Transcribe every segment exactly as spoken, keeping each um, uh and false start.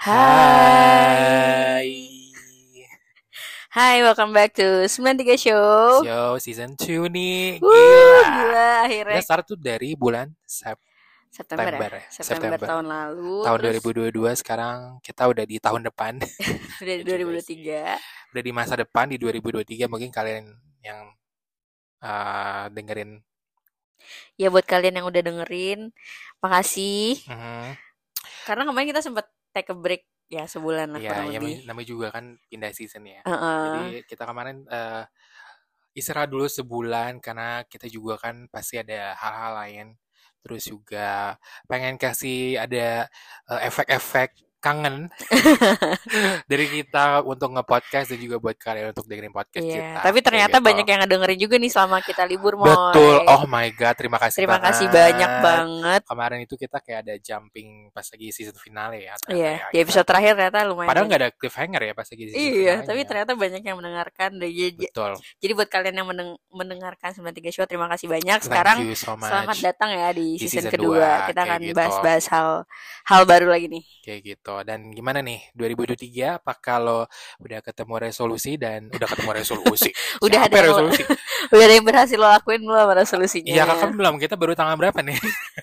Hai. Hai, welcome back to sembilan tiga Show. Show season two nih. Wuh, Gila. gila akhirnya. Kita start tuh dari bulan September September ya. ya? September, September. tahun lalu. Tahun terus dua ribu dua puluh dua sekarang kita udah di tahun depan. udah di Ya dua ribu juga dua puluh tiga. Udah di masa depan di dua ribu dua puluh tiga mungkin kalian yang uh, dengerin. Ya buat kalian yang udah dengerin, makasih. Mhm. Karena kemarin kita sempat take a break ya sebulan lah Ya, kurang ya lebih. namanya juga kan pindah season ya. Uh-uh. Jadi kita kemarin uh, istirahat dulu sebulan karena kita juga kan pasti ada hal-hal lain. Terus juga pengen kasih ada uh, efek-efek kangen dari kita untuk nge-podcast dan juga buat kalian untuk dengerin podcast Iya, kita. tapi ternyata Kayak gitu. banyak yang ngedengerin juga nih selama kita libur, Moy. Betul. Oh my god, terima kasih Terima banget. kasih banyak banget. Kemarin itu kita kayak ada jumping pas lagi season finale ya. ternyata Iya, ya. di episode Kita- terakhir ternyata lumayan. Padahal nggak ada cliffhanger ya pas lagi season Iya, finalenya. tapi ternyata banyak yang mendengarkan. Dan jadi, Betul. jadi buat kalian yang mendeng- mendengarkan sembilan tiga Show, terima kasih banyak. Thank Sekarang you so much. selamat datang ya di, Di season, season kedua. dua, Kita kayak akan gitu. bahas-bahas hal hal baru lagi nih. Kayak gitu. Dan gimana nih dua ribu dua puluh tiga? Apa kalau udah ketemu resolusi dan udah ketemu resolusi? Udah Siapa ada yang- resolusi? Udah ada yang berhasil lo lakuin belum resolusinya? Iya kakak belum. Kita baru tanggal berapa nih?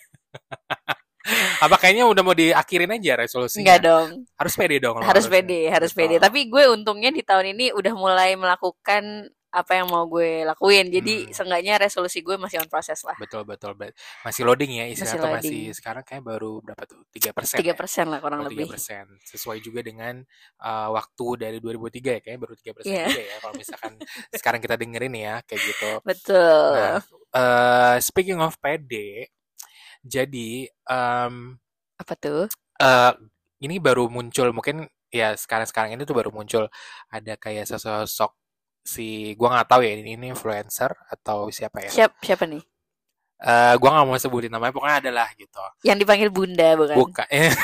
Apa kayaknya udah mau diakhirin aja resolusinya? Enggak dong. Harus pede dong. lo Harus harusnya. pede, harus Betul. pede. Tapi gue untungnya di tahun ini udah mulai melakukan apa yang mau gue lakuin. Jadi Hmm. seenggaknya resolusi gue masih on proses lah. Betul betul. Be- Masih loading ya istilah Masih tuh loading. masih sekarang kayak baru berapa tuh? tiga persen. tiga persen lah kurang Oh, lebih. tiga persen. Sesuai juga dengan uh, waktu dari dua ribu tiga ya, kayaknya baru tiga persen Iya. juga ya kalau misalkan sekarang kita dengerin ya kayak gitu. Betul. Nah, uh, speaking of pede, jadi um, Apa tuh? uh, ini baru muncul mungkin ya sekarang-sekarang ini tuh baru muncul ada kayak sosok si gua nggak tahu ya ini, ini influencer atau siapa ya? Siap, siapa nih? Uh, gua nggak mau sebutin namanya, pokoknya adalah gitu. Yang dipanggil Bunda bukan? Bukan, eh,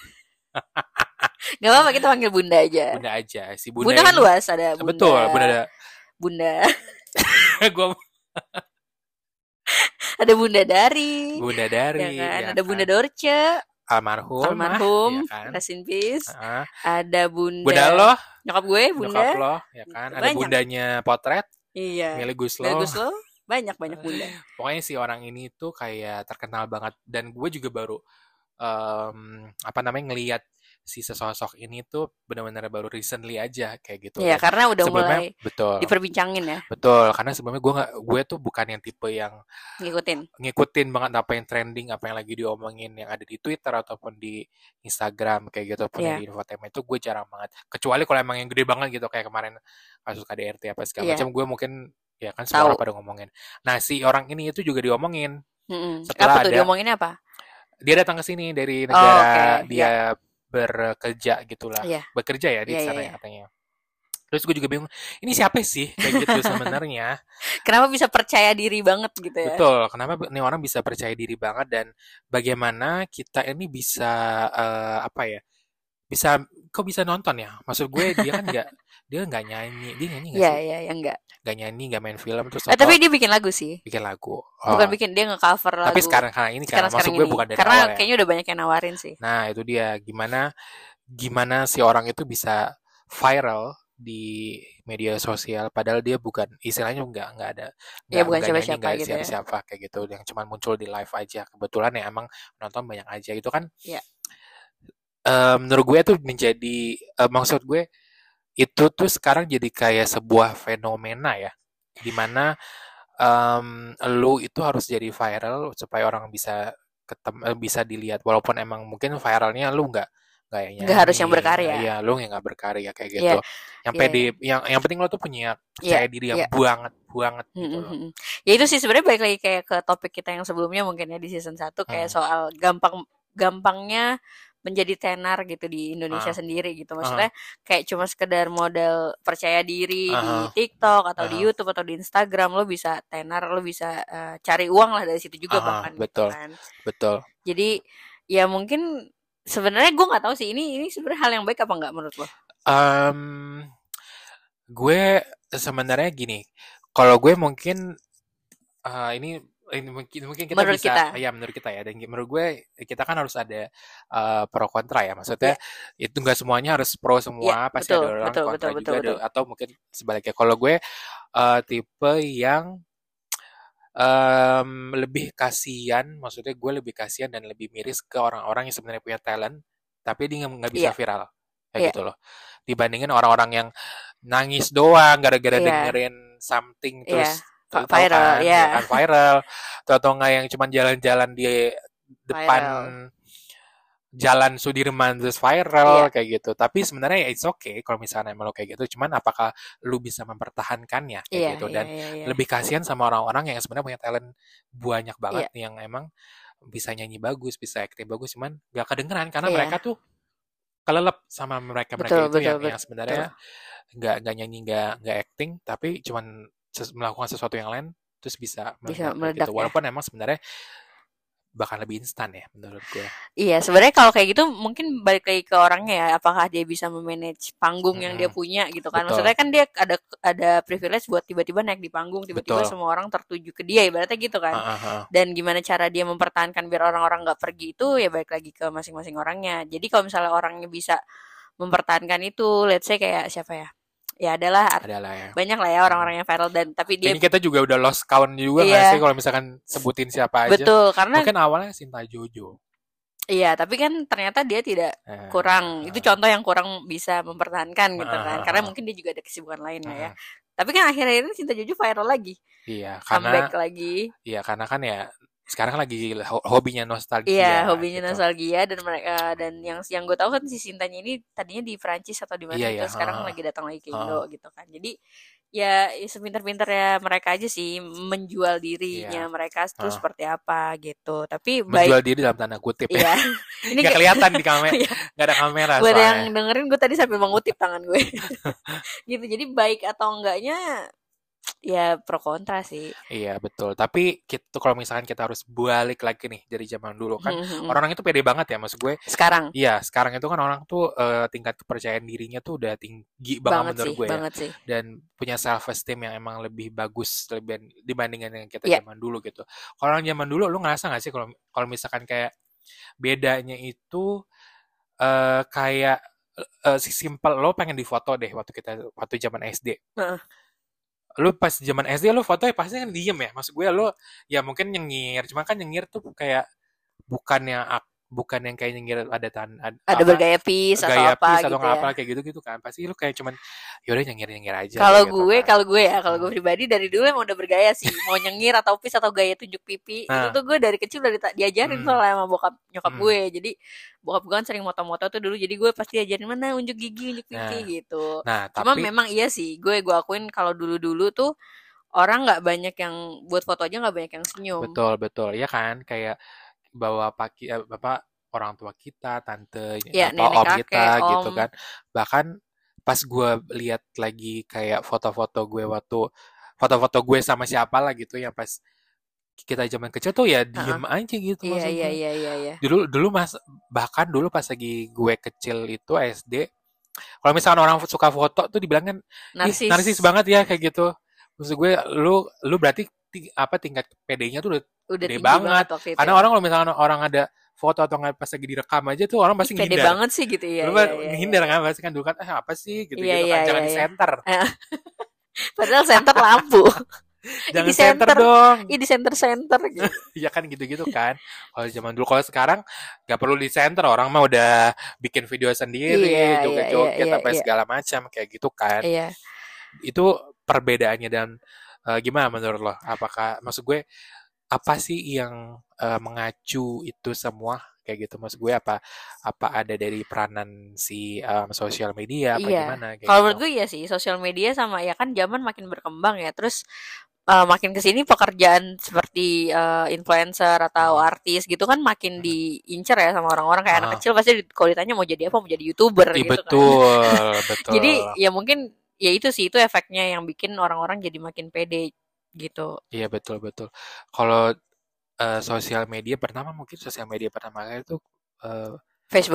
Gak apa-apa, kita panggil Bunda aja. Bunda aja si Bunda. Bunda, kan ini- luas, ada Bunda. Betul, Bunda ada. Bunda. gua Ada Bunda Dari. Bunda Dari, Ya kan? ya Ada kan? Bunda Dorce. almarhum, ah, Almarhum. ya kan? Rest in peace. Ah, Ada Bunda. Bunda lo, Nyokap gue, Bunda. nyokap lo, ya kan? Ada Banyak. bundanya Potret, Iya. Meli Guslo. Bagus lo. Banyak-banyak Bunda. Pokoknya si orang ini tuh kayak terkenal banget dan gue juga baru em, apa namanya ngelihat si sesosok ini tuh benar-benar baru recently aja kayak gitu. Iya, Dan karena udah sebelumnya mulai betul, diperbincangin ya. betul. Karena sebelumnya gue nggak, gue tuh bukan yang tipe yang Ngikutin. ngikutin banget apa yang trending, apa yang lagi diomongin yang ada di Twitter ataupun di Instagram kayak gitu, ataupun Iya. di infotainment itu gue jarang banget. Kecuali kalau emang yang gede banget gitu kayak kemarin kasus K D R T apa segala Iya. macam, gue mungkin ya kan semua Tahu. orang pada ngomongin. Nah si orang ini itu juga diomongin. Mm-mm. Setelah Apa tuh ada- diomonginnya apa? Dia datang ke sini dari Oh, negara oke. dia bekerja gitulah, Iya. bekerja ya di Iya, sana iya, ya iya. katanya. Terus gue juga bingung, ini siapa sih kayak gitu sebenarnya? Kenapa bisa percaya diri banget gitu ya? Betul, kenapa nih orang bisa percaya diri banget dan bagaimana kita ini bisa eh, apa ya? Bisa kok bisa nonton ya? Maksud gue dia kan nggak dia nggak nyanyi, dia nyanyi nggak Iya, sih? iya, ya enggak. Nggak nyanyi, nggak main film terus Eh, apa? tapi dia bikin lagu sih. Bikin lagu. Bukan Oh, bikin, dia nge-cover lagu. tapi sekarang karena ini kan, maksud sekarang-sekarang gue ini. bukan dari Karena awal ya. kayaknya udah banyak yang nawarin sih. Nah, itu dia gimana gimana si orang itu bisa viral di media sosial padahal dia bukan istilahnya nggak nggak ada Ya, nggak bukan nggak nyanyi siapa-siapa nggak gitu ya. siapa-siapa kayak gitu yang cuma muncul di live aja kebetulan ya emang nonton banyak aja itu kan Iya. eh, menurut gue tuh menjadi eh, maksud gue itu tuh sekarang jadi kayak sebuah fenomena ya dimana em, lu itu harus jadi viral supaya orang bisa ketem eh, bisa dilihat walaupun emang mungkin viralnya lu nggak nggak ya Nggak harus yang nyanyi, berkarya. iya lu yang nggak berkarya kayak Iya, gitu yang iya, pede yang yang penting lo tuh punya percaya Iya, diri yang iya. banget banget gitu loh. Mm-mm. Ya itu sih sebenarnya balik lagi kayak ke topik kita yang sebelumnya mungkin ya di season satu kayak Hmm. soal gampang gampangnya menjadi tenar gitu di Indonesia Ah. sendiri gitu. Maksudnya kayak cuma sekedar modal percaya diri di Aha. TikTok atau di Aha. YouTube atau di Instagram lo bisa tenar, lo bisa eh, cari uang lah dari situ juga Aha, bahkan gitu betul. kan. Betul. Jadi ya mungkin sebenarnya gue nggak tahu sih ini ini sebenarnya hal yang baik apa nggak menurut lo? Em, gue sebenarnya gini, kalau gue mungkin eh, ini ini mungkin mungkin kita Menurut bisa kita. ya menurut kita ya, dan menurut gue kita kan harus ada uh, pro kontra ya, maksudnya Ya, itu nggak semuanya harus pro ya, semua, pasti betul, ada orang betul, kontra betul, betul, juga, ada betul. atau mungkin sebaliknya. Kalau gue uh, tipe yang um, lebih kasihan, maksudnya gue lebih kasihan dan lebih miris ke orang-orang yang sebenarnya punya talent tapi dia nggak nggak bisa Iya, viral kayak iya, gitu loh, dibandingin orang-orang yang nangis doang gara-gara iya, dengerin something iya. terus Va- tahu Viral, kan ya, ya kan viral, atau atau nggak yang cuman jalan-jalan di depan viral. jalan Sudirman terus viral Iya, kayak gitu. Tapi sebenarnya ya it's okay kalau misalnya emang lo kayak gitu. Cuman apakah lu bisa mempertahankannya kayak iya, gitu. iya, Dan iya, iya, lebih kasihan sama orang-orang yang sebenarnya punya talent banyak banget iya, yang emang bisa nyanyi bagus, bisa acting bagus, cuman gak kedengeran karena mereka iya. tuh kelelep sama mereka-mereka Betul, itu betul, yang yang betul. sebenarnya nggak nggak nyanyi, nggak nggak acting, tapi cuman ses- melakukan sesuatu yang lain terus bisa Bisa meledak kayak gitu. meledak ya. Walaupun emang sebenarnya bakal lebih instan ya menurut gue. Iya, sebenarnya kalau kayak gitu mungkin balik lagi ke orangnya ya, apakah dia bisa memanage panggung yang dia Mm-mm. punya gitu kan. Betul, Maksudnya kan dia ada ada privilege buat tiba-tiba naik di panggung, tiba-tiba betul. semua orang tertuju ke dia, ibaratnya gitu kan. Ah, ah, ah. Dan gimana cara dia mempertahankan biar orang-orang nggak pergi itu ya balik lagi ke masing-masing orangnya. Jadi kalau misalnya orangnya bisa mempertahankan itu, let's say kayak siapa ya? Ya adalah art- Adalah ya. banyak lah ya Hmm. orang-orang yang viral dan tapi dia Kayaknya kita juga udah lost count juga nggak iya sih kalau misalkan sebutin siapa aja. betul karena Mungkin awalnya Sinta Jojo. iya, tapi kan ternyata dia tidak Eh, kurang. Itu ah, contoh yang kurang bisa mempertahankan ah, gitu ah, kan. ah, Karena ah. mungkin dia juga ada kesibukan lain lah ya. Mm-mm. Tapi kan akhir-akhir ini Cinta Jojo viral lagi, Iya, comeback karena lagi. iya karena kan ya sekarang lagi ho- hobinya Iya, nostalgia hobinya gitu. nostalgia dan mereka dan yang yang gue tahu kan si Sintanya ini tadinya di Perancis atau di mana Iya gitu, ya, sekarang heeh, lagi datang lagi ke heeh. Indo gitu kan. Jadi ya ya sepintar-pintarnya mereka aja sih menjual dirinya Iya, mereka tuh heeh. seperti apa gitu. Tapi baik Menjual diri dalam tanda kutip ya. iya. Ini Nggak kayak kelihatan di kamera, ya, nggak ada kamera buat yang soalnya. dengerin gue tadi sambil mengutip tangan gue. Gitu. Jadi baik atau enggaknya ya pro kontra sih. Iya betul. Tapi kita kalau misalkan kita harus balik lagi nih dari zaman dulu kan, Mhm, mhm. orang itu pede banget ya, maksud gue. Sekarang Iya, sekarang itu kan orang tuh eh, tingkat kepercayaan dirinya tuh udah tinggi banget banget menurut sih, gue ya, banget sih. dan punya self esteem yang emang lebih bagus lebih dibandingkan yang kita Iya, zaman dulu gitu. Kalau orang zaman dulu, lu ngerasa nggak sih kalau kalau misalkan kayak bedanya itu eh, kayak eh, si simpel lo pengen difoto deh waktu kita waktu zaman S D. heeh. Lu pas zaman S D lu foto ya pasti kan diem ya. Maksud gue lu ya mungkin nyengir, cuma kan nyengir tuh kayak bukan yang ak- bukan yang kayak nyengir ada tan ad- Ada apa bergaya peace atau gaya apa peace atau gitu nggak ya. apa kayak gitu-gitu kan. Pasti lu kayak cuman yaudah nyengir-nyengir aja Kalau kayak gitu gue, kan. kalau gue ya, kalau gue Hmm. pribadi dari dulu emang udah bergaya sih. Mau nyengir atau peace atau gaya tunjuk pipi, itu Nah, tuh gue dari kecil udah dita- diajarin hmm, soalnya sama bokap nyokap hmm. gue. Jadi bokap gue kan sering moto-moto tuh dulu, jadi gue pasti diajarin mana unjuk gigi, unjuk pipi Nah, gitu. nah Cuma tapi memang iya sih, gue gue akuin kalau dulu-dulu tuh orang nggak banyak yang buat foto aja nggak banyak yang senyum. betul betul ya kan kayak bawa paki eh, bapak orang tua kita, tante, Ya apa nenek om kakek, kita om, gitu kan. Bahkan pas gue lihat lagi kayak foto-foto gue waktu foto-foto gue sama siapa lah gitu yang pas kita zaman kecil tuh ya heeh. diem aja gitu Iya maksud iya gue. iya iya iya. Dulu dulu mas bahkan dulu pas lagi gue kecil itu S D, kalau misalkan orang suka foto tuh dibilang kan, ih narsis Narsis banget ya kayak gitu. Maksud gue lu lu berarti ti- apa tingkat pedenya tuh udah udah gede tinggi banget. banget waktu itu Karena ya. orang kalau misalkan orang ada foto atau nggak pas lagi direkam aja tuh orang Ih pasti pede ngehindar. banget sih gitu. Iya Lu iya mah iya iya. ngehindar kan pasti kan dulu kan eh apa sih Iya gitu-gitu iya kan jangan iya di iya. center. Eh, Padahal center lampu. Ih di Jangan center center, dong. ih di center center gitu. Ya kan gitu-gitu kan. Kalau zaman dulu kalau sekarang nggak perlu di center orang mah udah bikin video Iya sendiri, iya iya joget-joget iya apa iya segala macam kayak gitu kan. iya. Itu perbedaannya dan eh, gimana menurut lo? Apakah maksud gue apa sih yang eh, mengacu itu semua kayak gitu maksud gue apa apa ada dari peranan si em, sosial media apa Iya. gimana kayak Kalau gitu. menurut gue iya sih sosial media sama ya kan zaman makin berkembang ya. Terus eh, makin kesini pekerjaan seperti eh, influencer atau Mm-mm, artis gitu kan makin mm-mm. diincar ya sama orang-orang kayak anak Ah, kecil pasti di- kalau ditanya mau jadi apa mau jadi youtuber ih, gitu kan. betul betul. Jadi ya mungkin ya itu sih itu efeknya yang bikin orang-orang jadi makin pede gitu. Iya betul betul. Kalau eh, sosial media pertama mungkin sosial media pertama kali itu eh, Facebook.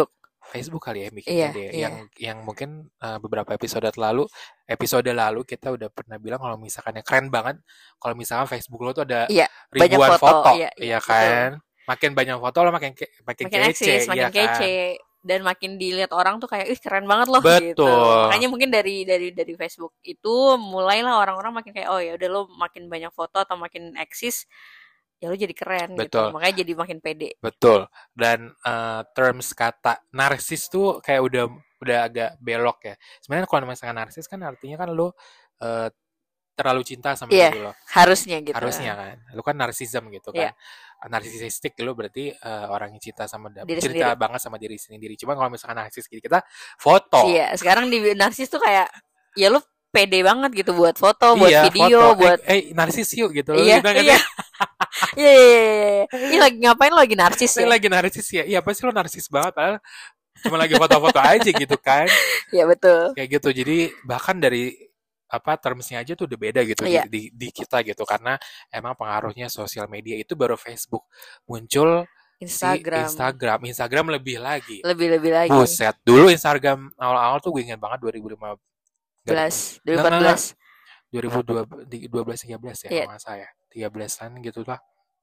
Facebook kali ya yang bikin Iya, pede. iya. Yang yang mungkin uh, beberapa episode lalu, episode lalu kita udah pernah bilang kalau misalkan ya keren banget kalau misalkan Facebook lo tuh ada Iya, banyak ribuan foto. foto, Iya, iya, ya betul. kan? Makin banyak foto lo makin ke, makin Makin kece, eksis, makin ya kan? kece, dan makin dilihat orang tuh kayak ih keren banget loh gitu. Betul. Makanya mungkin dari dari dari Facebook itu mulailah orang-orang makin kayak oh ya udah lo makin banyak foto atau makin eksis ya lo jadi keren gitu. Betul. Makanya jadi makin pede. Betul. Dan uh, terms kata narsis tuh kayak udah udah agak belok ya. Sebenarnya kalau misalkan narsis kan artinya kan lo uh, terlalu cinta sama Iya, diri lo. harusnya gitu. Harusnya kan. Lo kan narsism gitu kan. Iya. Narsisistik lo berarti uh, orang yang cinta sama Diri cerita sendiri. banget sama diri sendiri. Cuma kalau misalkan narsis gitu kita foto. Iya, sekarang di narsis tuh kayak ya lu pede banget gitu buat foto, buat Iya, video, foto. buat eh, eh narsis yuk gitu. iya, Lo gitu iya. Iya, iya, iya. Ini lagi ngapain lo lagi narsis Saya ya? lagi narsis ya. Iya, pasti lo narsis banget padahal cuma lagi foto-foto aja gitu kan. Iya, betul. Kayak gitu. Jadi bahkan dari apa termsnya aja tuh udah beda gitu Iya. di, di, di kita gitu karena emang pengaruhnya sosial media itu baru Facebook muncul Instagram. si Instagram Instagram lebih lagi Lebih-lebih lagi. buset dulu Instagram awal-awal tuh gue ingat banget dua ribu lima belas dua ribu empat belas dua ribu dua belas tiga belas ya Iya. kalau nggak salah ya tiga belasan gitu lah.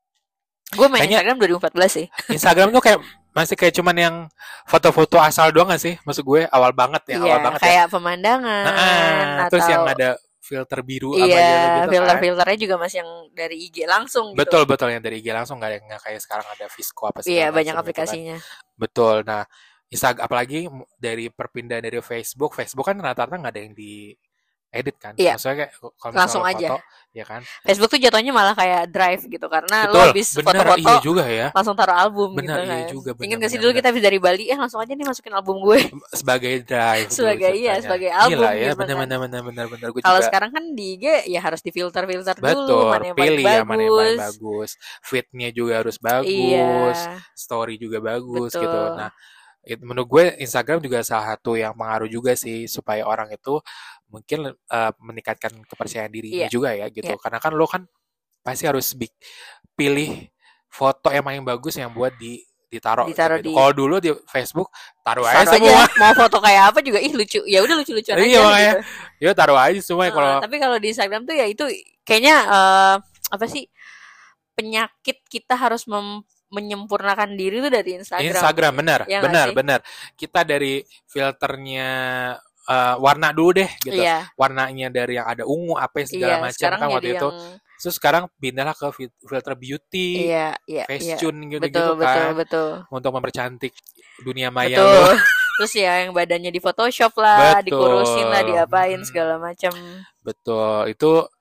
Gue main Kayaknya Instagram dua ribu empat belas sih. Instagram tuh kayak masih kayak cuman yang foto-foto asal doang gak sih? Maksud gue awal banget ya, Iya, awal banget kayak ya. pemandangan Nah, atau terus yang ada filter biru iya, apa gitu filter-filternya juga masih yang dari I G langsung gitu. Betul, betul yang dari I G langsung nggak nggak kayak sekarang ada Visco apa segala Iya, macam banyak gitu aplikasinya. kan. Betul. Nah, Instagram apalagi dari perpindahan dari Facebook, Facebook kan rata-rata nggak ada yang di edit kan. Iya. Maksudnya kayak kalau Langsung misalnya aja. foto, ya kan. Facebook tuh jatuhnya malah kayak drive gitu karena lo Betul, habis bener, foto-foto iya juga ya. langsung taruh album Bener, gitu kan. iya juga, bener, Ingat gak sih bener, dulu bener. kita habis dari Bali, eh langsung aja nih masukin album gue. Sebagai drive. dulu Sebagai iya, ceritanya. sebagai album Gila ya, gitu kan. bener-bener bener-bener bener. Gue Kalau juga sekarang kan di I G ya harus difilter-filter dulu betul, mana yang paling pilih ya mana yang paling bagus. bagus. Feed-nya juga harus bagus, Iya, story juga bagus betul. gitu. Nah, it- menurut gue Instagram juga salah satu yang pengaruh juga sih supaya orang itu mungkin uh, meningkatkan kepercayaan dirinya Iya, juga ya gitu. iya. Karena kan lo kan pasti harus bi- pilih foto yang paling bagus yang buat di ditaruh, Ditaruh gitu. di- Kalau dulu di Facebook taruh aja Taruh semua. aja mau foto kayak apa juga ih lucu. Ya udah lucu-lucuan aja Iya makanya, gitu. ya taruh aja semua ya Nah, kalau tapi kalau di Instagram tuh ya itu kayaknya eh, apa sih penyakit kita harus mem- menyempurnakan diri tuh dari Instagram. Instagram benar, Iya nggak benar, sih? benar. Kita dari filternya uh, warna dulu deh gitu. Iya, Warnanya dari yang ada ungu apa segala iya. macam Sekarang kan waktu jadi itu. yang Terus sekarang pindahlah ke fil- filter beauty, iya, iya, face iya. tune gitu-gitu Betul, betul, kan betul. untuk mempercantik dunia maya Betul. lo. Terus ya yang badannya di Photoshop lah, Betul. dikurusin lah, diapain Hmm. segala macam. Betul. Itu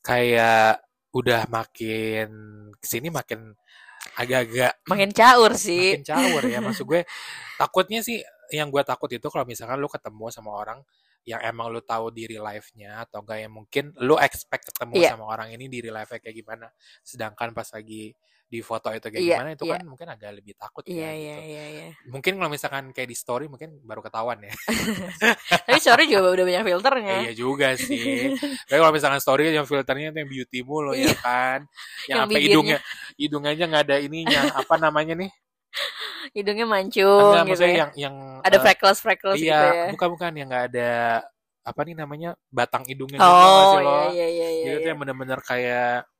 kayak udah makin kesini makin agak-agak Makin caur sih. makin caur ya. Maksud gue takutnya sih yang gue takut itu kalau misalkan lu ketemu sama orang yang emang lu tahu di real life-nya atau enggak yang mungkin lu expect ketemu Iya. sama orang ini di real life-nya kayak gimana. Sedangkan pas lagi di foto itu kayak Iya, gimana itu iya. kan mungkin agak lebih takut Iya, ya iya, gitu. iya, iya. Mungkin kalau misalkan kayak di story mungkin baru ketahuan ya. Tapi story juga udah banyak filternya. Eh, iya juga sih. Tapi kalau misalkan story yang filternya itu yang beauty mulu ya Iya. kan. Yang Yang sampai bibirnya. hidungnya hidungnya aja nggak ada ininya apa namanya nih? Hidungnya mancung Enggak, gitu maksudnya ya. yang yang Ada eh, freckles-freckles gitu iya, ya. bukan bukan yang nggak ada apa nih namanya batang hidungnya gitu nggak Oh, sih lo? iya, iya, iya, iya. Jadi itu iya. yang benar-benar kayak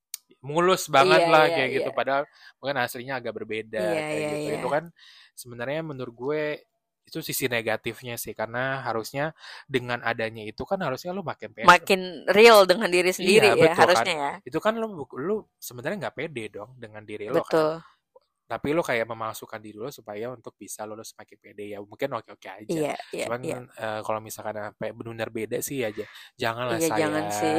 mulus banget Iya, lah iya, kayak gitu. iya. Padahal mungkin aslinya agak berbeda Iya, kayak iya, gitu. iya. Itu kan sebenarnya menurut gue itu sisi negatifnya sih karena harusnya dengan adanya itu kan harusnya lu makin pede. Makin real dengan diri sendiri Iya, ya betul harusnya kan. ya. Itu kan lu lu sebenarnya nggak pede dong dengan diri lo kan. Betul. Tapi lo kayak memasukkan diri lo supaya untuk bisa lulus semakin pede ya mungkin oke-oke aja. Iya, iya, Cuman iya. eh, kalau misalkan sampai benar beda sih aja janganlah Iya, saya jangan sih.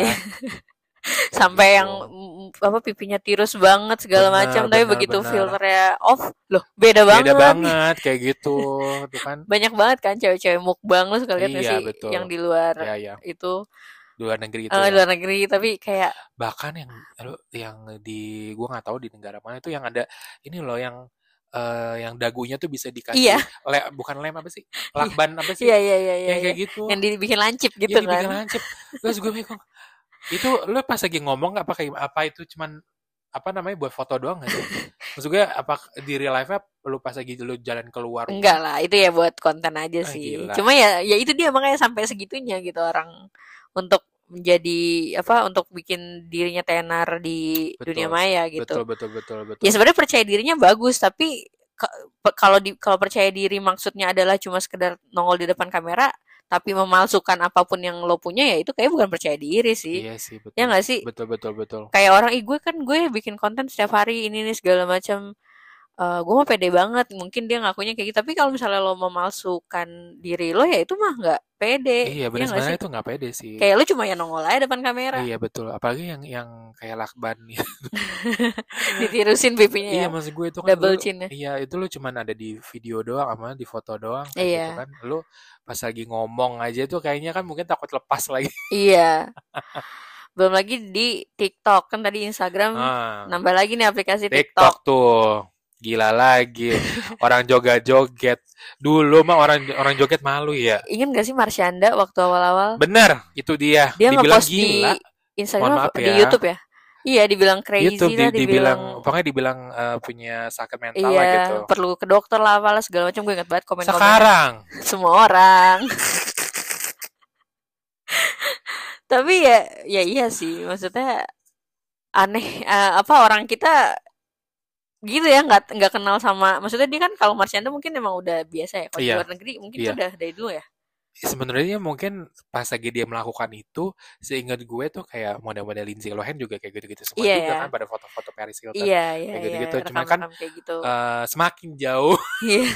kayak Sampai gitu. yang mm, apa pipinya tirus banget segala Benar, macam tapi benar, begitu benar. filternya off loh beda banget. Beda banget kayak gitu tuh kan. Banyak banget kan cewek-cewek mukbang lu suka lihat nggak Iya, sih betul. yang di luar Ya ya, itu di luar negeri itu eh, ya. di luar negeri tapi kayak Bahkan yang aduh, yang di gua nggak tahu di negara mana itu yang ada ini loh yang eh, yang dagunya tuh bisa dikasih Iya. le- bukan lem apa sih? Lakban apa sih? iya iya iya iya Yang kayak iya. gitu. Yang dibikin lancip gitu Yang dibikin kan. lancip. Terus gue bingung. Itu lo pas lagi ngomong apa kayak apa itu cuman apa namanya buat foto doang nggak sih? Maksud gue apa di real life-nya lu pas lagi lu jalan keluar rumah? Enggak lah, itu ya buat konten aja Ah, sih. gila. Cuma ya ya itu dia makanya sampai segitunya gitu orang untuk menjadi apa untuk bikin dirinya tenar di dunia Betul. maya Betul, gitu. betul, betul, betul. Ya sebenarnya percaya dirinya bagus, tapi ka- pe- kalau di kalau percaya diri maksudnya adalah cuma sekedar nongol di depan kamera tapi memalsukan apapun yang lo punya, ya itu kayak bukan percaya diri sih. Iya sih, Ya betul. nggak sih? Betul, betul, betul. Kayak orang, ih gue kan gue bikin konten setiap hari ini nih segala macam. Eh gue mah pede banget, mungkin dia ngakunya kayak gitu. Tapi kalau misalnya lo memalsukan diri lo, ya itu mah nggak pede, Iya, ya benar nggak sih? sebenarnya itu nggak pede sih. Kayak lo cuma ya nongol aja depan kamera, Iya, betul. Apalagi yang yang kayak lakban ya. ditirusin pipinya Iya, ya, maksud gue itu kan lu, double chin ya. iya itu lu cuman ada di video doang sama di foto doang kayak gitu Iya, kan. Lu pas lagi ngomong aja tuh kayaknya kan mungkin takut lepas lagi. iya. Belum lagi di TikTok kan tadi Instagram, Ah, nambah lagi nih aplikasi TikTok TikTok. tuh. Gila lagi. Orang joget-joget. Dulu mah orang orang joget malu ya. Ingat gak sih Marsyanda waktu awal-awal? Bener, itu dia. Dia Dibilang ngepost gila. di Mohon Instagram maaf apa? Di ya. YouTube ya? Iya, dibilang YouTube crazy di, lah, dibilang, dibilang pokoknya dibilang eh, punya sakit mental lah gitu. iya, perlu ke dokter lah apalah segala macam. Gue ingat banget komen-komennya Sekarang, semua orang. Tapi ya ya iya sih, maksudnya aneh, eh, apa orang kita gitu ya, nggak nggak kenal sama, maksudnya dia kan kalau Marsyanda mungkin emang udah biasa ya, kalau di iya, luar negeri mungkin itu iya. udah dari dulu ya. Sebenarnya mungkin pas lagi dia melakukan itu, seingat gue tuh kayak model-model Lindsay Lohan juga kayak gitu-gitu semua Iya juga ya, kan pada foto-foto Paris Hilton iya iya kayak iya, gitu-gitu. Cuman kan rekam-rekam kayak gitu. eh, semakin jauh, Iya,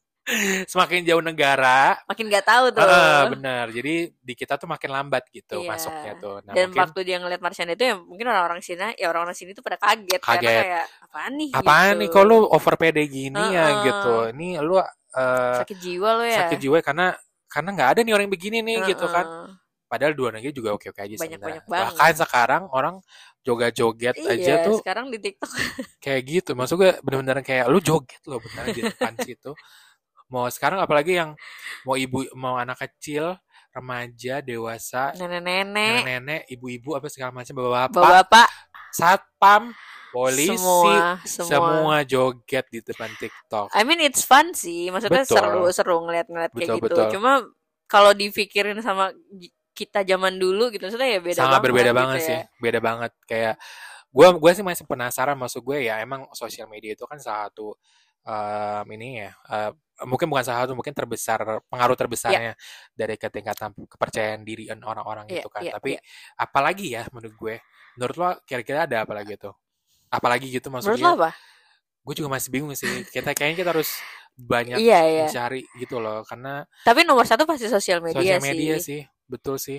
semakin jauh negara, makin nggak tahu tuh. eh, benar. Jadi di kita tuh makin lambat gitu Iya. masuknya tuh. Nah Dan mungkin waktu dia ngeliat Marsyanda itu ya mungkin orang-orang sini, ya orang-orang sini tuh pada kaget, karena kaget. kayak apaan nih Apaan gitu. nih kalau lu over pede gini ya Heeh. gitu. Ini lu eh, Sakit jiwa lo ya. sakit jiwa karena karena nggak ada nih orang yang begini nih gitu kan. Heeh. Padahal dua negeri juga oke-oke aja Banyak-banyak sebenarnya. banget. Bahkan sekarang orang joget-joget aja Iya, tuh sekarang di TikTok. kayak gitu. Maksud gue bener-bener kayak lu joget loh beneran di depan situ. Mau sekarang apalagi yang mau ibu mau anak kecil, remaja, dewasa, Nenek-nenek, nenek-nenek, ibu-ibu apa segala macam, bapak-bapak, bapak-bapak, satpam, polisi, semua, semua. semua joget di depan TikTok. I mean it's fun sih, maksudnya Betul. seru-seru ngeliat-ngeliat kayak Betul, gitu. betul. Cuma kalau dipikirin sama j- kita zaman dulu gitu, maksudnya ya beda Sangat banget berbeda gitu banget ya. sih, beda banget. Kayak gue gue sih masih penasaran, maksud gue ya emang sosial media itu kan salah satu em, ini ya eh, mungkin bukan salah satu, mungkin terbesar pengaruh terbesarnya dari ketingkatan kepercayaan diri orang-orang Iya, itu kan. iya, Tapi iya. apalagi ya menurut gue, menurut lo kira-kira ada apa lagi tuh? Apalagi gitu Menurut lo maksudnya? apa? Gue juga masih bingung sih. Kita kayaknya kita harus banyak Iya, iya. mencari gitu loh, karena Tapi nomor satu pasti sosial media sosial media sih. sih, betul sih.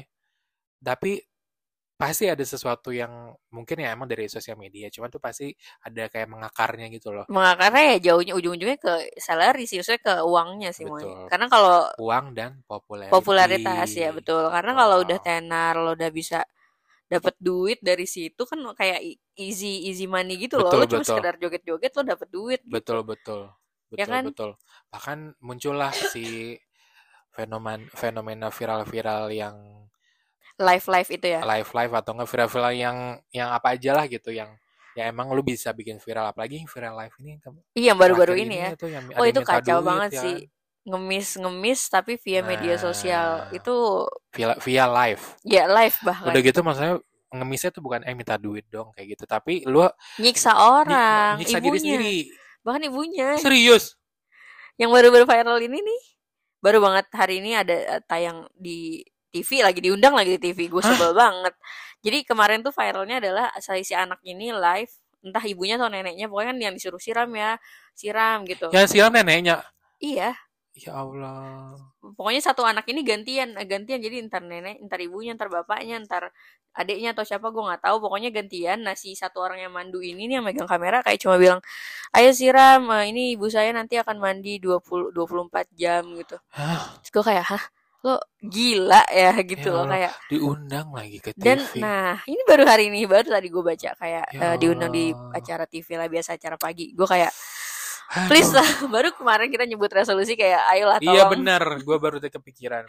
Tapi pasti ada sesuatu yang mungkin ya emang dari sosial media, cuman tuh pasti ada kayak mengakarnya gitu loh. Mengakarnya ya jauhnya ujung-ujungnya ke salary sih, maksudnya ke uangnya sih Betul. semuanya. Karena kalau Uang dan popularity. popularitas ya betul. Karena kalau Betul. udah tenar, lo udah bisa dapat duit dari situ kan kayak i- easy easy money gitu loh. Betul, Lo cuma betul. sekedar joget-joget lo dapat duit gitu. Betul, betul. Ya Betul, kan? betul. Bahkan muncullah si fenomen fenomena viral-viral yang Live-live itu ya. live-live atau enggak viral-viral yang yang apa aja lah gitu, yang ya emang lu bisa bikin viral, apalagi yang viral live ini Iya, yang baru-baru terakhir ini ya. tuh yang Oh, ada yang itu minta kacau duit banget ya sih. kan. Ngemis-ngemis tapi via media sosial. Nah, Itu via, via live. ya live Udah bahkan. gitu maksudnya ngemisnya tuh bukan eh minta duit dong kayak gitu, tapi lu Nyiksa ny- orang, nyiksa diri ibunya. sendiri. Bahkan ibunya. Serius. Yang baru-baru viral ini nih. Baru banget hari ini ada eh, tayang di T V, lagi diundang lagi di T V. Gue Hah? sebel banget. Jadi kemarin tuh viralnya adalah si si anak ini live, entah ibunya atau neneknya, pokoknya kan yang disuruh siram ya, siram gitu. Yang siram neneknya. Iya, Ya Allah. pokoknya satu anak ini gantian, eh, gantian. Jadi ntar nenek, ntar ibunya, ntar bapaknya, ntar adiknya atau siapa gue nggak tahu. Pokoknya gantian. Nah si satu orang yang mandu ini nih yang megang kamera kayak cuma bilang, ayo siram, eh, ini ibu saya nanti akan mandi dua puluh dua puluh empat jam gitu. Hah? Terus gue kayak, hah? Lo gila ya gitu Ya loh Allah, kayak. diundang lagi ke T V. Dan nah ini baru hari ini, baru tadi gue baca kayak Ya eh, diundang di Allah. acara T V lah, biasa acara pagi. Gue kayak please Aduh. lah. Baru kemarin kita nyebut resolusi kayak ayolah Iya tolong benar, gue baru tadi kepikiran.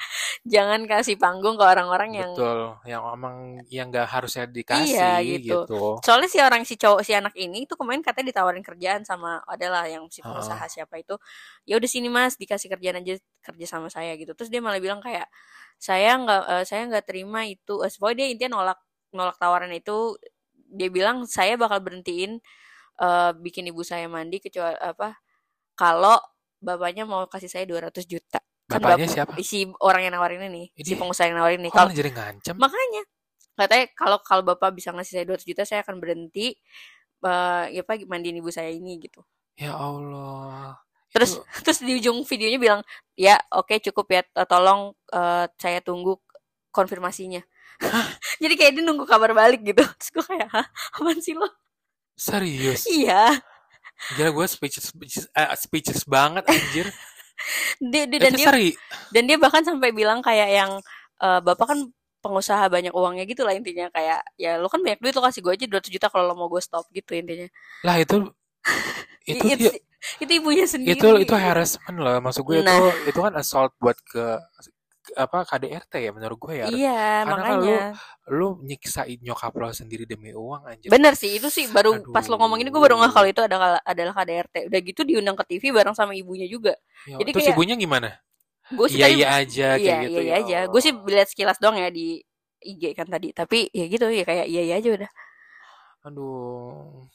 jangan kasih panggung ke orang-orang yang Betul, yang emang yang nggak harusnya iya dikasih gitu. gitu. Soalnya si orang si cowok si anak ini tuh kemarin katanya ditawarin kerjaan sama adalah yang si pengusaha Heeh. siapa itu. Ya udah sini Mas, dikasih kerjaan aja kerja sama saya gitu. Terus dia malah bilang kayak saya nggak eh, saya nggak terima itu. Eh, pokoknya dia intinya nolak nolak tawaran itu. Dia bilang saya bakal berhentiin eh, bikin ibu saya mandi kecuali apa kalau bapaknya mau kasih saya dua ratus juta. Kan Bapaknya bapak siapa? si orang yang nawarin ini, si Ini pengusaha yang nawarin ini. kok Kalau malah jadi ngancem? makanya katanya kalau kalau bapak bisa ngasih saya dua ratus juta saya akan berhenti eh ya apa mandiin ibu saya ini gitu. Ya Allah, itu Terus terus di ujung videonya bilang ya oke cukup ya t- tolong eh, saya tunggu konfirmasinya. Jadi kayak dia nunggu kabar balik gitu. Terus gue kayak hah apaan sih lo? serius. Iya. Gila gue speechless, speechless, eh, speechless banget anjir. Dia, dia- dan Itu dia seri. dan dia bahkan sampai bilang kayak yang eh, bapak kan pengusaha banyak uangnya gitu lah intinya kayak ya lo kan banyak duit lo kasih gue aja dua ratus juta kalau lo mau gue stop gitu intinya. Lah itu itu I- dia Itu, itu ibunya itu sendiri. itu harassment loh. Maksud gue itu Nah, itu kan assault buat ke ke- apa K D R T ya menurut gue ya. iya Karena kan makanya. lu lu nyiksain nyokap lo sendiri demi uang anjir. Bener sih, itu sih baru pas lo ngomong ini gue baru nggak kalau Aduh. itu ada adalah K D R T. Udah gitu diundang ke T V bareng sama ibunya juga. Ya, Jadi terus kayak ibunya gimana? gue sih Iya tadi iya aja iya kayak gitu iya iya ya aja. Gue sih Allah. lihat sekilas doang ya di I G kan tadi. Tapi ya gitu ya kayak iya iya aja udah. Aduh.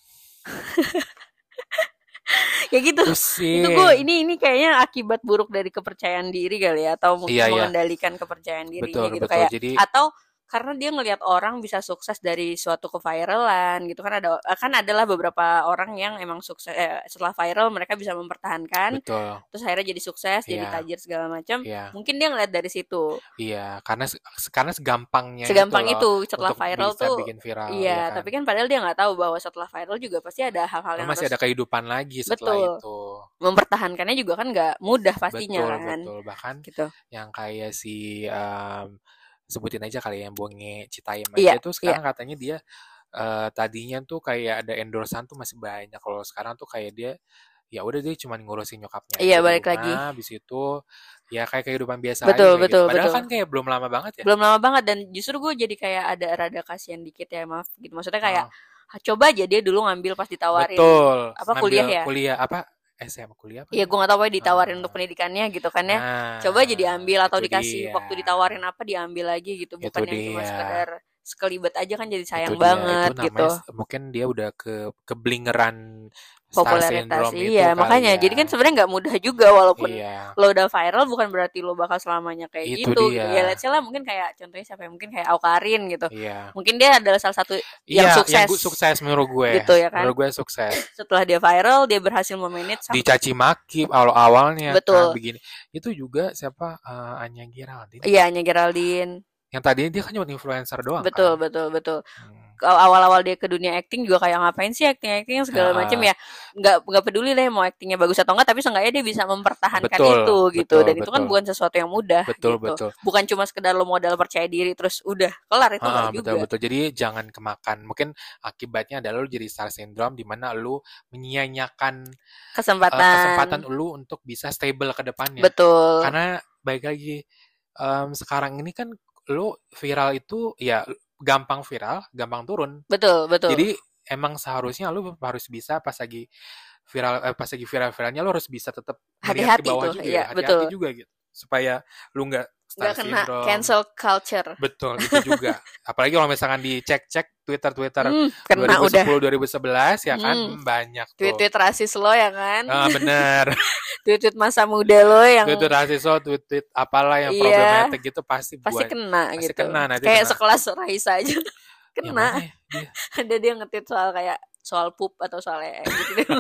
Ya gitu. Itu gue Pusing. ini ini kayaknya akibat buruk dari kepercayaan diri kali ya atau mungkin Iya ya, mengendalikan kepercayaan dirinya betul gitu betul. kayak Jadi atau karena dia ngelihat orang bisa sukses dari suatu keviralan gitu kan ada kan adalah beberapa orang yang emang sukses eh, setelah viral mereka bisa mempertahankan betul. terus akhirnya jadi sukses jadi Iya, tajir segala macam iya. mungkin dia ngeliat dari situ Iya, karena se- karena segampangnya itu segampang loh itu setelah untuk viral bisa tuh bikin viral, ya iya kan. tapi kan padahal dia nggak tahu bahwa setelah viral juga pasti ada hal-hal Oh, yang masih harus ada kehidupan lagi setelah betul itu. mempertahankannya juga kan nggak mudah pastinya Betul, kan betul. Bahkan gitu yang kayak si em, sebutin aja kali ya, yang Bonge Citayam iya aja tuh iya sekarang katanya dia eh, tadinya tuh kayak ada endorsan tuh masih banyak. Kalau sekarang tuh kayak dia ya udah dia cuma ngurusin nyokapnya iya aja di balik lagi rumah, habis itu ya kayak kehidupan biasa lagi betul kayak gitu. betul Padahal betul kan kayak belum lama banget ya. belum lama banget dan justru gue jadi kayak ada rada kasihan dikit ya maaf gitu maksudnya kayak Oh, "Ah, coba aja dia dulu ngambil pas ditawarin betul, apa ngambil kuliah ya kuliah apa S M kuliah apa ya ya? gue nggak tahu apa ditawarin untuk Ah, pendidikannya gitu kan ya coba aja nah, diambil atau itu dikasih dia. waktu ditawarin apa diambil lagi gitu Itu bukan yang cuma dia. sekedar sekelibet aja kan jadi Itu sayang dia. Itu banget namanya gitu s- mungkin dia udah ke keblingeran star popularitas syndrome itu iya kali makanya jadi kan ya. sebenarnya nggak mudah juga walaupun Iya, lo udah viral bukan berarti lo bakal selamanya kayak itu gitu gitu dia. ya let's say lah mungkin kayak contohnya siapa ya mungkin kayak Aukarin gitu Iya. mungkin dia adalah salah satu yang Iya, yang sukses gue sukses menurut gue. gitu ya kan Menurut gue sukses. setelah dia viral dia berhasil memanage sampai Dicaci maki awal-awalnya kan betul begini. Itu juga siapa eh, Anya Geraldine. iya hanya Geraldine Yang tadinya dia kan cuma influencer doang betul kan. betul betul Hmm. awal-awal dia ke dunia acting juga kayak ngapain sih acting acting segala macam Ah, ya nggak nggak peduli deh mau actingnya bagus atau enggak tapi seenggaknya dia bisa mempertahankan betul, itu gitu betul, dan itu kan betul. bukan sesuatu yang mudah Betul, gitu betul. bukan cuma sekedar lo modal percaya diri terus udah kelar itu enggak Ah, betul juga betul. Jadi jangan kemakan. Mungkin akibatnya adalah lu jadi star syndrome di mana lu menyia-nyiakan eh, kesempatan kesempatan lu untuk bisa stable ke depannya. betul Karena baik lagi em, sekarang ini kan lu viral itu ya gampang viral, gampang turun. betul betul Jadi emang seharusnya lu harus bisa pas lagi viral eh, pas lagi viral-viralnya lu harus bisa tetap melihat ke hati-hati bawah tuh juga iya ya, betul hati-hati juga gitu. Supaya lu nggak nggak star kena syndrome. cancel culture Betul, itu juga. Apalagi kalau misalkan dicek-cek Twitter-Twitter hmm kena udah dua ribu sepuluh dua ribu sebelas ya kan hmm hmm, banyak tuh. tweet-tweet rasis lo ya kan Ah, bener. tweet-tweet masa muda lo yang Twitter rasisme, tweet-tweet apalah yang iya problematik gitu pasti pasti buat kena pasti gitu kena nanti kayak kena. sekelas Raisa aja Yang mana kena ya dia? ada dia ngetit soal kayak soal pup atau soal ee gitu deh.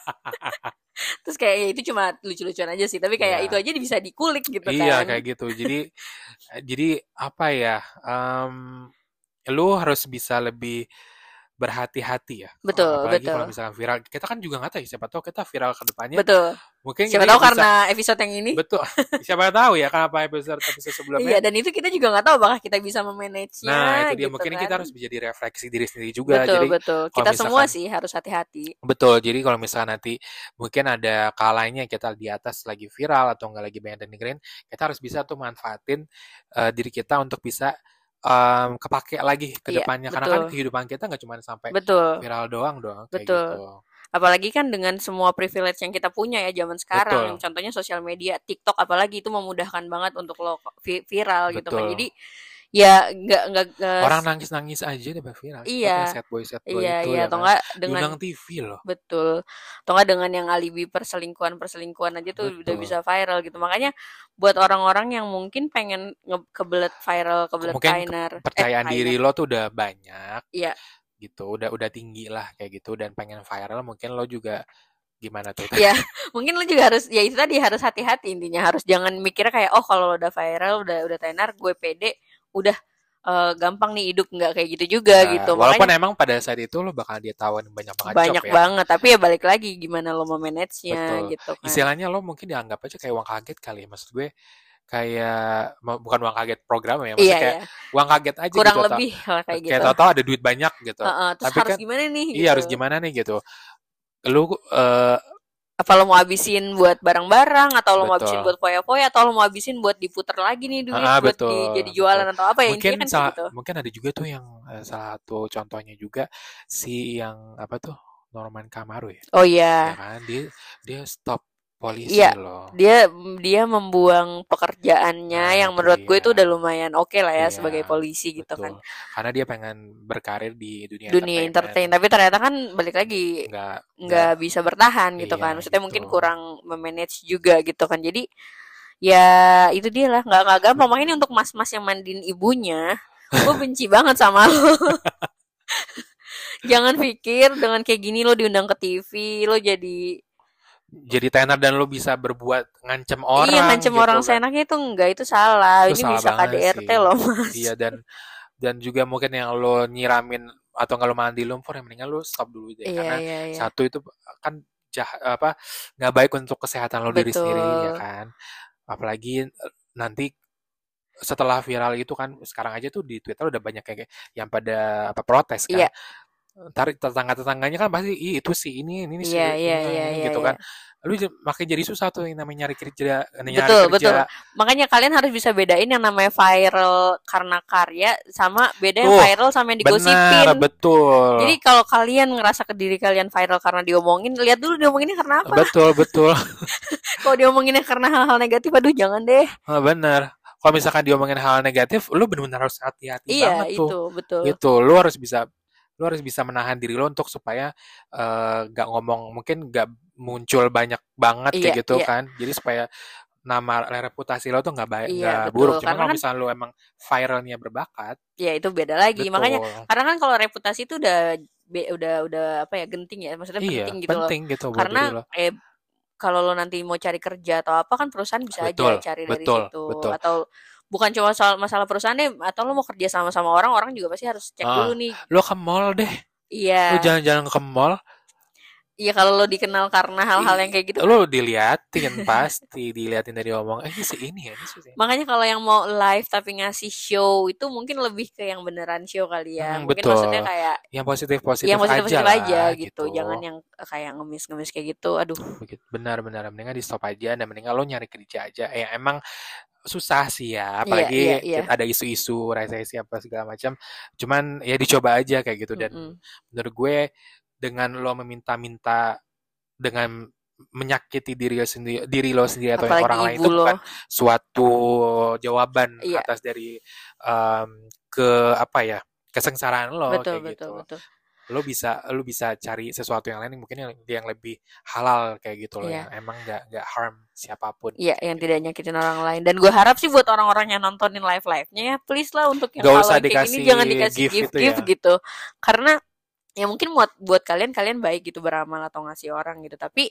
Terus kayak ya itu cuma lucu-lucuan aja sih tapi kayak itu Iya. aja bisa dikulik gitu Iya kan kayak gitu. Jadi jadi apa ya? em, lu harus bisa lebih berhati-hati ya. Betul, Apalagi betul. kalau misalkan viral, kita kan juga nggak tahu ya, siapa tahu kita viral ke depannya. Betul. Mungkin Siapa ini tahu bisa, karena episode yang ini. betul. Siapa tahu ya kenapa episode episode Iya, sebelumnya. dan itu kita juga nggak tahu apakah kita bisa memanage-nya. Nah, itu dia gitu mungkin kan. kita harus menjadi refleksi diri sendiri juga. Betul, Jadi betul. kalau Kita semua misalkan sih harus hati-hati. betul. Jadi kalau misalkan nanti mungkin ada kalanya kita di atas lagi viral atau nggak lagi banyak dengerin, kita harus bisa tuh manfaatin eh, diri kita untuk bisa em, kepake lagi ke Iya, depannya. Karena kan betul. kehidupan kita nggak cuma sampai Betul. viral doang dong kayak Betul. gitu. Apalagi kan dengan semua privilege yang kita punya ya zaman sekarang, Betul. contohnya sosial media, TikTok apalagi itu memudahkan banget untuk lo vi- viral gitu kan. Betul. Jadi ya nggak nggak nggak- Orang nangis-nangis aja udah viral. Iya. Seperti sad boy sad boy iya itu iya ya atau kan. enggak dengan Diundang T V loh. betul atau enggak dengan yang alibi perselingkuhan perselingkuhan aja tuh udah Betul. bisa viral gitu. Makanya buat orang-orang yang mungkin pengen nge- kebelet viral kebelet Mungkin pioneer kepercayaan eh, diri pioneer. lo tuh udah banyak Iya, gitu, udah udah tinggi lah kayak gitu dan pengen viral, mungkin lo juga gimana tuh? ya mungkin lo juga harus ya itu tadi harus hati-hati intinya, harus jangan mikir kayak oh kalau lo udah viral udah udah tenar gue pede udah eh, gampang nih hidup, nggak kayak gitu juga Nah, gitu. walaupun Makanya emang pada saat itu lo bakal ditawan banyak banget banyak job ya. banget tapi ya balik lagi gimana lo mau manage-nya Betul. gitu kan. Istilahnya lo mungkin dianggap aja kayak uang kaget kali ya, maksud gue kayak mau- bukan uang kaget program ya, maksudnya Iya kayak ya uang kaget aja kurang gitu, tau- lebih lah kayak kayak gitu. tau-tau ada duit banyak gitu. Heeh, terus Tapi harus kan gimana nih iya gitu. harus gimana nih gitu. Lu eh, Apa lo mau habisin buat barang-barang atau lo mau habisin betul. buat foya-foya atau lo mau habisin buat diputer lagi nih duit Ah, buat betul, di, jadi jualan betul. atau apa ya, Mungkin intinya kan kayak salah, gitu. mungkin ada juga tuh yang eh, salah satu contohnya juga si yang apa tuh Norman Kamaru ya, Oh ya iya. kan dia dia stop polisi Iya, loh. dia dia membuang pekerjaannya Nah, yang itu menurut gue itu dia. udah lumayan oke lah ya Iya, sebagai polisi gitu kan. betul. Karena dia pengen berkarir di dunia Dunia entertainment. entertain, tapi ternyata kan balik lagi Nggak, nggak, nggak bisa bertahan gitu iya kan. Maksudnya mungkin gitu. kurang memanage juga gitu kan. Jadi ya itu dia lah, nggak nggak gampang. Makanya untuk mas-mas yang mandiin ibunya, gue benci banget sama lo. Jangan pikir dengan kayak gini lo diundang ke T V, lo jadi Jadi tenar dan lo bisa berbuat ngancem orang iya ngancem gitu orang kan. seenaknya itu enggak, itu salah. Itu Ini salah bisa banget K D R T sih. loh mas. Iya, dan dan juga mungkin yang lo nyiramin atau nggak lo mandi lumpur, yang mendingan lo stop dulu deh. Iya Karena iya iya. satu itu kan jahat apa nggak baik untuk kesehatan lo diri sendiri ya Betul. kan. Apalagi eh, nanti setelah viral itu kan sekarang aja tuh di Twitter udah banyak kayak yang pada apa protes kan. Iya Ntar tetangga-tetangganya kan pasti ih itu sih ini ini sih iya iya ini, iya ini iya. gitu iya. kan. Lu j- makin jadi susah tuh yang namanya nyari kerja, nyari Betul betul. kerja. Makanya kalian harus bisa bedain yang namanya viral karena karya sama beda yang Tuh, viral sama yang digosipin. benar, betul. Jadi kalau kalian ngerasa ke diri kalian viral karena diomongin, lihat dulu diomonginnya karena apa. Betul, betul. Kalau diomonginnya karena hal-hal negatif, aduh jangan deh. Ah, benar. Kalau misalkan diomongin hal negatif, lu benar-benar harus hati-hati Iya banget tuh. itu betul. Gitu. Lu harus bisa lu harus bisa menahan diri lo untuk supaya eh, nggak ngomong, mungkin nggak muncul banyak banget kayak Iya gitu iya kan. Jadi supaya nama reputasi lo tuh nggak baik, iya nggak betul. buruk. Cuman Karena kalau kan misalnya lo emang viralnya berbakat, ya itu beda lagi. Makanya betul. karena kan kalau reputasi itu udah be- udah udah apa ya genting ya, maksudnya Iya, penting gitu loh. penting gitu buat diri Karena lo. eh kalau lo nanti mau cari kerja atau apa kan perusahaan bisa aja Betul, cari dari betul, situ. betul. Atau bukan cuma soal masalah perusahaan deh, atau lo mau kerja sama sama orang, orang juga pasti harus cek Ah, dulu nih. lo ke mall deh. Lo Iya, jalan-jalan ke mall, iya kalau lo dikenal karena hal-hal yang i- kayak gitu. lo diliatin pasti, diliatin dari omong, eh ini si ini ya, ini si ini. Makanya kalau yang mau live tapi ngasih show itu mungkin lebih ke yang beneran show kali ya. Hmm, Mungkin maksudnya betul. kayak Yang positif-positif yang aja positif-positif aja lah gitu. gitu. Jangan yang kayak ngemis-ngemis kayak gitu. Aduh. Begitu. Benar-benar mendingan di stop aja dan mendingan lo nyari kerja aja. Ya emang susah sih ya, Iya, apalagi iya, iya. kita ada isu-isu resesi apa segala macam. Cuman ya dicoba aja kayak gitu dan Mm-mm. menurut gue dengan lo meminta-minta dengan menyakiti diri lo sendiri, diri lo sendiri atau yang Apalagi orang lain ibu itu lo. bukan suatu jawaban Iya, atas dari em, ke apa ya kesengsaraan lo betul, kayak betul, gitu. betul. Lo bisa lo bisa cari sesuatu yang lain yang mungkin yang, yang lebih halal kayak gitu loh, Iya. yang emang nggak nggak harm siapapun. Iya, yang tidak nyakitin orang lain. Dan gue harap sih buat orang-orang yang nontonin live-live-nya ya, please lah untuk yang Gak kalau usah yang kayak gini dikasih jangan dikasih gift itu gift-gift ya. gitu. Karena ya mungkin buat buat kalian kalian baik gitu beramal atau ngasih orang gitu. Tapi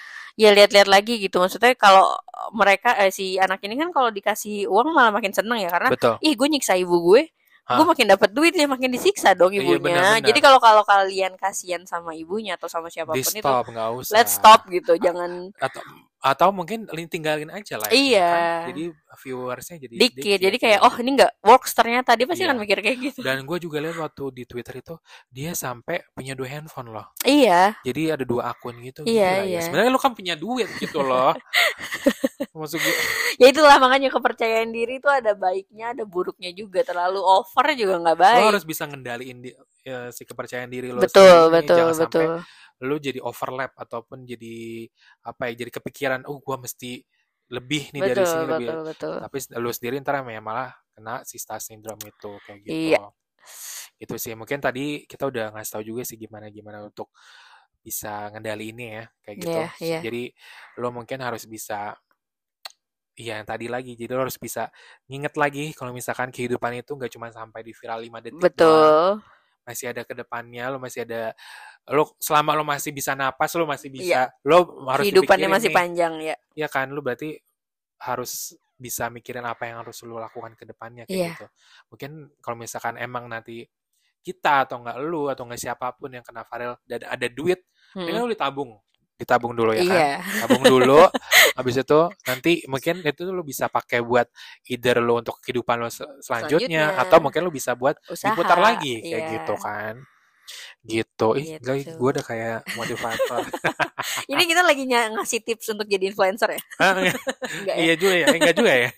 ya lihat-lihat lagi gitu. Maksudnya kalau mereka eh, si anak ini kan kalau dikasih uang malah makin seneng ya karena Betul. ih gue nyiksa ibu gue gue Hah? makin dapat duitnya, makin disiksa dong Iya ibunya. benar-benar. Jadi kalau kalau kalian kasihan sama ibunya atau sama Di siapapun itu, stop, nggak usah. let's stop gitu, jangan. Atau atau mungkin li- tinggalin aja live-nya Iya, kan. Jadi viewersnya jadi dikit. sedikit. Jadi kayak Iya. oh ini nggak works ternyata, dia pasti Iya. akan mikir kayak gitu. Dan gue juga lihat waktu di Twitter itu dia sampai punya dua handphone loh. Iya, Jadi ada dua akun gitu. iya, Gila ya. iya. Sebenarnya lu kan punya duit gitu loh. Maksud gue, Ya itulah makanya kepercayaan diri itu ada baiknya, ada buruknya juga. Terlalu over juga nggak lo baik. harus bisa ngendaliin di- ya, si kepercayaan diri lo Betul, sendiri. betul, Jangan sampai betul. lu jadi overlap ataupun jadi apa ya, jadi kepikiran oh gua mesti lebih nih dari Betul, sini lebih, betul, betul. tapi lu sendiri ntar ya malah kena si star syndrome itu kayak gitu. Iya, Itu sih mungkin tadi kita udah ngasih tahu juga sih gimana gimana untuk bisa ngendaliinnya ya kayak gitu. iya, iya. Jadi lo mungkin harus bisa iya yang tadi lagi, jadi lo harus bisa nginget lagi kalau misalkan kehidupan itu nggak cuma sampai di viral lima detik doang, Betul. masih ada ke depannya, lo masih ada, lo selama lo masih bisa napas, lo masih Iya, bisa, lo harus kehidupannya dipikirin masih nih, panjang ya. ya kan, lo berarti harus bisa mikirin apa yang harus lo lakukan ke depannya kayak Iya, gitu. Mungkin kalau misalkan emang nanti kita atau enggak lu atau enggak siapapun yang kena viral dan ada duit, mendingan mm, lu ditabung, ditabung dulu ya kan, iya, tabung dulu, habis itu nanti mungkin itu lu bisa pakai buat either lu untuk kehidupan lu se- selanjutnya atau selanjutnya mungkin lu bisa buat diputar usaha, lagi kayak iya, gitu kan, gitu. Ih, gue gitu. udah kayak motivator. Ini kita lagi ny- ngasih tips untuk jadi influencer ya? Ah, enggak. Enggak ya? Iya juga ya, enggak juga ya.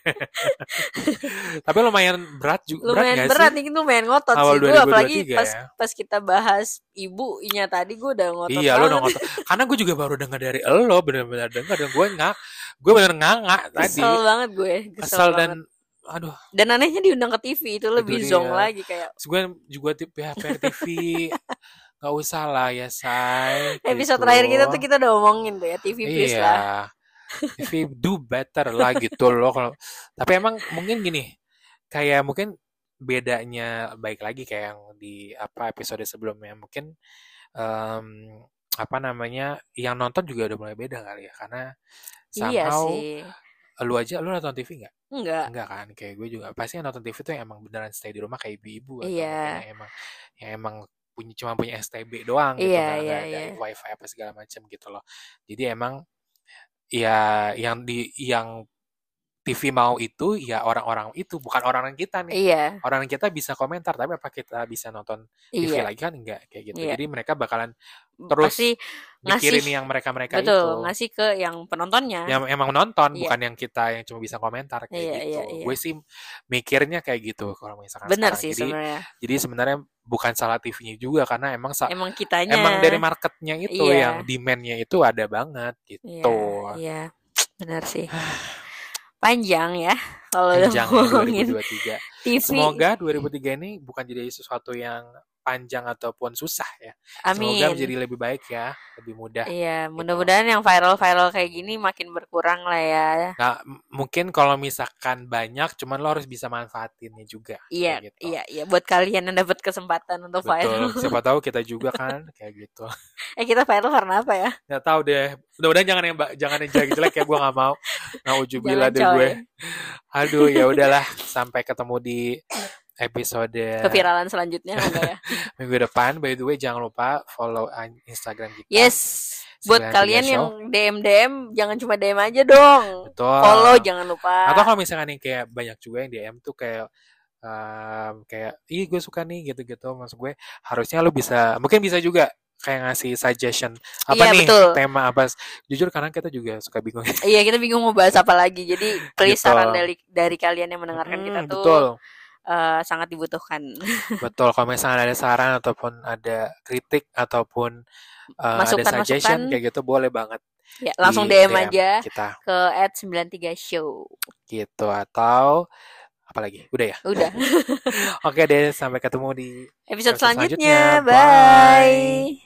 Tapi lumayan berat juga, berat Lumayan nggak berat sih? nih, itu lumayan ngotot Awal sih gue, apalagi dua ribu dua puluh tiga pas ya. pas kita bahas ibunya tadi gue udah ngotot Iya, lo udah banget. ngotot. Karena gue juga baru dengar dari lo, benar-benar dengar dan gue nggak, gue bener nganga tadi, Kesel banget gue, kesel kesel banget. dan aduh, Dan anehnya diundang ke T V itu itu lebih zong dia. lagi kayak Terus gue juga di pihak P R T V nggak usah lah ya say, episode gitu. terakhir kita tuh kita udah ngomongin tuh ya, T V please lah. Iya, T V do better lah gitu loh. Kalau tapi emang mungkin gini, kayak mungkin bedanya baik lagi kayak yang di apa episode sebelumnya mungkin em, apa namanya yang nonton juga udah mulai beda kali ya karena Iya somehow sih. lu aja lu nonton T V nggak? Enggak. Enggak kan, kayak gue juga pasti yang nonton T V tuh yang emang beneran stay di rumah kayak ibu-ibu atau Iya. mungkin yang emang yang emang punya cuma punya S T B doang gitu, Iya, nggak iya, nggak ada iya. wifi apa segala macam gitu loh. Jadi emang ya yang di yang T V mau itu ya orang-orang itu bukan orang kita nih. Iya, Orang kita bisa komentar tapi apa kita bisa nonton T V iya, lagi kan enggak kayak gitu. iya. Jadi mereka bakalan terus Pasti mikirin ngasih, yang mereka-mereka betul, itu. ngasih ke yang penontonnya. Yang emang nonton Iya, bukan yang kita yang cuma bisa komentar kayak iya, gitu. iya, iya. Gue sih mikirnya kayak gitu kalau misalkan Benar sekarang. sih Jadi sebenarnya. jadi sebenarnya bukan salah T V-nya juga karena emang sa- Emang kitanya. emang dari marketnya itu Iya, yang demand-nya itu ada banget iya, gitu. iya. Benar sih. Panjang ya kalau udah Panjang ya ngomongin dua ribu dua puluh tiga. T V. Semoga dua ribu tiga ini bukan jadi sesuatu yang panjang ataupun susah ya. Semoga Amin. menjadi lebih baik ya, lebih mudah Iya, gitu. mudah-mudahan yang viral-viral kayak gini makin berkurang lah ya. Nah, m- mungkin kalau misalkan banyak, cuman lo harus bisa manfaatinnya juga Iya, kayak gitu. iya, iya. Buat kalian yang dapat kesempatan untuk viral. Betul. Siapa tahu kita juga kan kayak gitu. Eh kita viral karena apa ya? Nggak tahu deh. Mudah-mudahan jangan yang ba- jangan yang jelek-jelek ya, gue nggak mau. Naujubillah Jangan deh gue. coy. Aduh, ya udahlah. Sampai ketemu di episode Keviralan selanjutnya enggak ya? minggu depan. By the way, jangan lupa follow an- Instagram kita. Yes. Buat sembilan tiga kalian Show. yang D M D M jangan cuma D M aja dong. Betul. Follow jangan lupa. Atau kalau misalkan yang kayak banyak juga yang D M tuh kayak um, kayak ih gue suka nih gitu-gitu, maksud gue harusnya lo bisa mungkin bisa juga kayak ngasih suggestion apa Iya, nih betul. tema apa. Jujur karena kita juga suka bingung. Iya, kita bingung mau bahas apa lagi. Jadi please Gitu. saran dari dari kalian yang mendengarkan kita Hmm, tuh betul. eh, sangat dibutuhkan. Betul, kalau misalnya ada saran ataupun ada kritik ataupun uh, ada Masukan-masukan suggestion kayak gitu boleh banget ya langsung di D M D M aja kita ke at sembilan tiga show. gitu. Atau apalagi udah ya. Udah. Oke deh, sampai ketemu di Episode episode selanjutnya. selanjutnya. Bye. Bye.